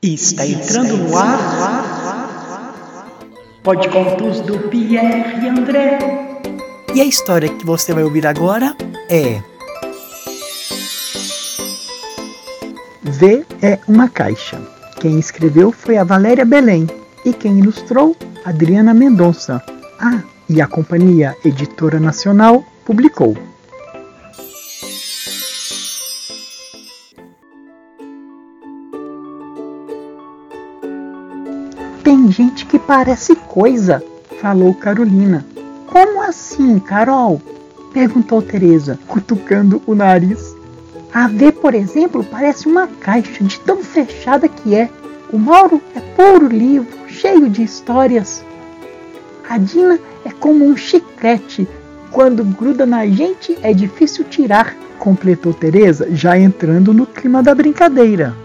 Está entrando no ar Podcontos do Pierre e André. E a história que você vai ouvir agora é V é uma caixa. Quem escreveu foi a Valéria Belém e quem ilustrou, Adriana Mendonça. E a Companhia Editora Nacional publicou. Tem gente que parece coisa, falou Carolina. Como assim, Carol? Perguntou Teresa, cutucando o nariz. A V, por exemplo, parece uma caixa de tão fechada que é. O Mauro é puro livro, cheio de histórias. A Dina é como um chiclete. Quando gruda na gente é difícil tirar, completou Teresa, já entrando no clima da brincadeira.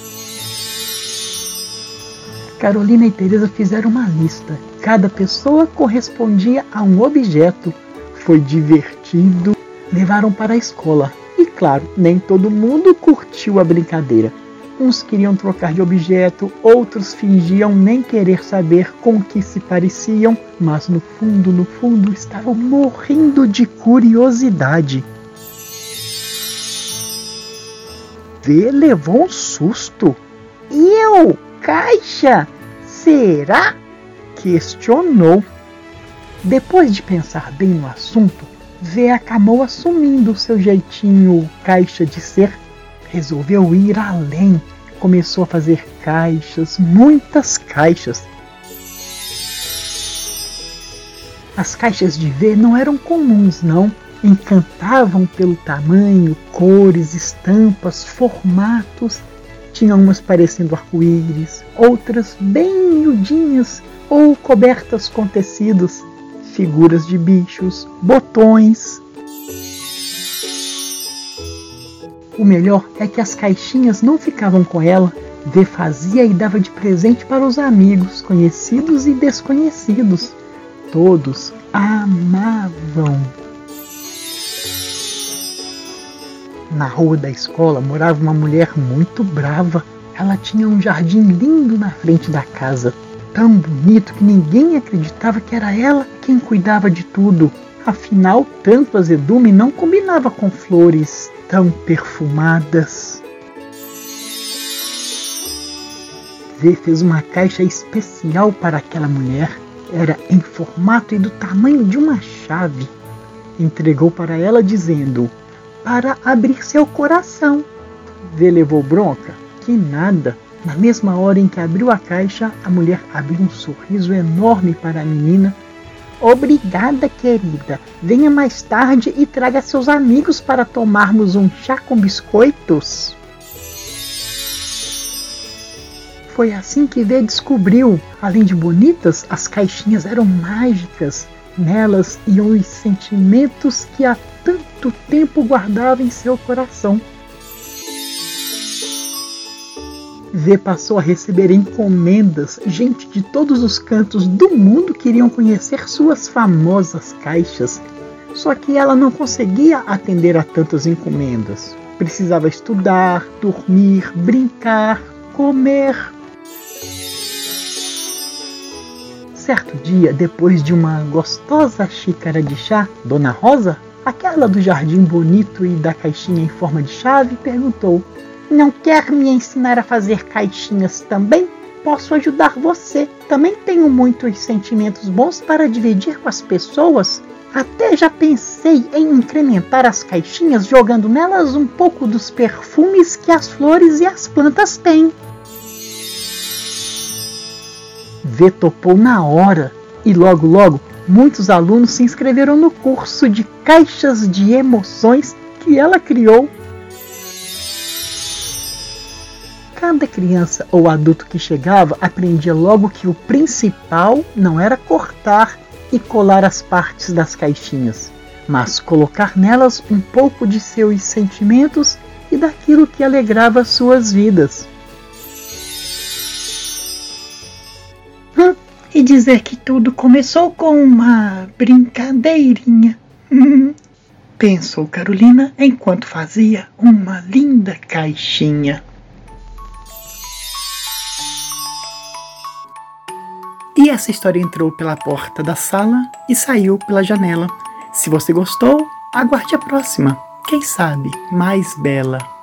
Carolina e Teresa fizeram uma lista. Cada pessoa correspondia a um objeto. Foi divertido. Levaram para a escola. E claro, nem todo mundo curtiu a brincadeira. Uns queriam trocar de objeto, outros fingiam nem querer saber com que se pareciam, mas no fundo, estavam morrendo de curiosidade. V levou um susto. Eu? Caixa? Será? Questionou. Depois de pensar bem no assunto, V acabou assumindo seu jeitinho caixa de ser. Resolveu ir além. Começou a fazer caixas, muitas caixas. As caixas de V não eram comuns, não. Encantavam pelo tamanho, cores, estampas, formatos. Tinha umas parecendo arco-íris, outras bem miudinhas ou cobertas com tecidos, figuras de bichos, botões. O melhor é que as caixinhas não ficavam com ela. V fazia e dava de presente para os amigos, conhecidos e desconhecidos. Todos amavam. Na rua da escola morava uma mulher muito brava. Ela tinha um jardim lindo na frente da casa. Tão bonito que ninguém acreditava que era ela quem cuidava de tudo. Afinal, tanto azedume não combinava com flores tão perfumadas. V fez uma caixa especial para aquela mulher. Era em formato e do tamanho de uma chave. Entregou para ela dizendo: para abrir seu coração. V levou bronca? Que nada. Na mesma hora em que abriu a caixa, a mulher abriu um sorriso enorme para a menina. Obrigada, querida. Venha mais tarde e traga seus amigos para tomarmos um chá com biscoitos. Foi assim que V descobriu. Além de bonitas, as caixinhas eram mágicas. Nelas iam os sentimentos que há tanto tempo guardava em seu coração. V passou a receber encomendas. Gente de todos os cantos do mundo queriam conhecer suas famosas caixas. Só que ela não conseguia atender a tantas encomendas. Precisava estudar, dormir, brincar, comer. Certo dia, depois de uma gostosa xícara de chá, Dona Rosa, aquela do jardim bonito e da caixinha em forma de chave, perguntou: não quer me ensinar a fazer caixinhas também? Posso ajudar você. Também tenho muitos sentimentos bons para dividir com as pessoas. Até já pensei em incrementar as caixinhas jogando nelas um pouco dos perfumes que as flores e as plantas têm. V topou na hora e logo muitos alunos se inscreveram no curso de caixas de emoções que ela criou. Cada criança ou adulto que chegava aprendia logo que o principal não era cortar e colar as partes das caixinhas, mas colocar nelas um pouco de seus sentimentos e daquilo que alegrava suas vidas. E dizer que tudo começou com uma brincadeirinha, pensou Carolina enquanto fazia uma linda caixinha. E essa história entrou pela porta da sala e saiu pela janela. Se você gostou, aguarde a próxima. Quem sabe mais bela.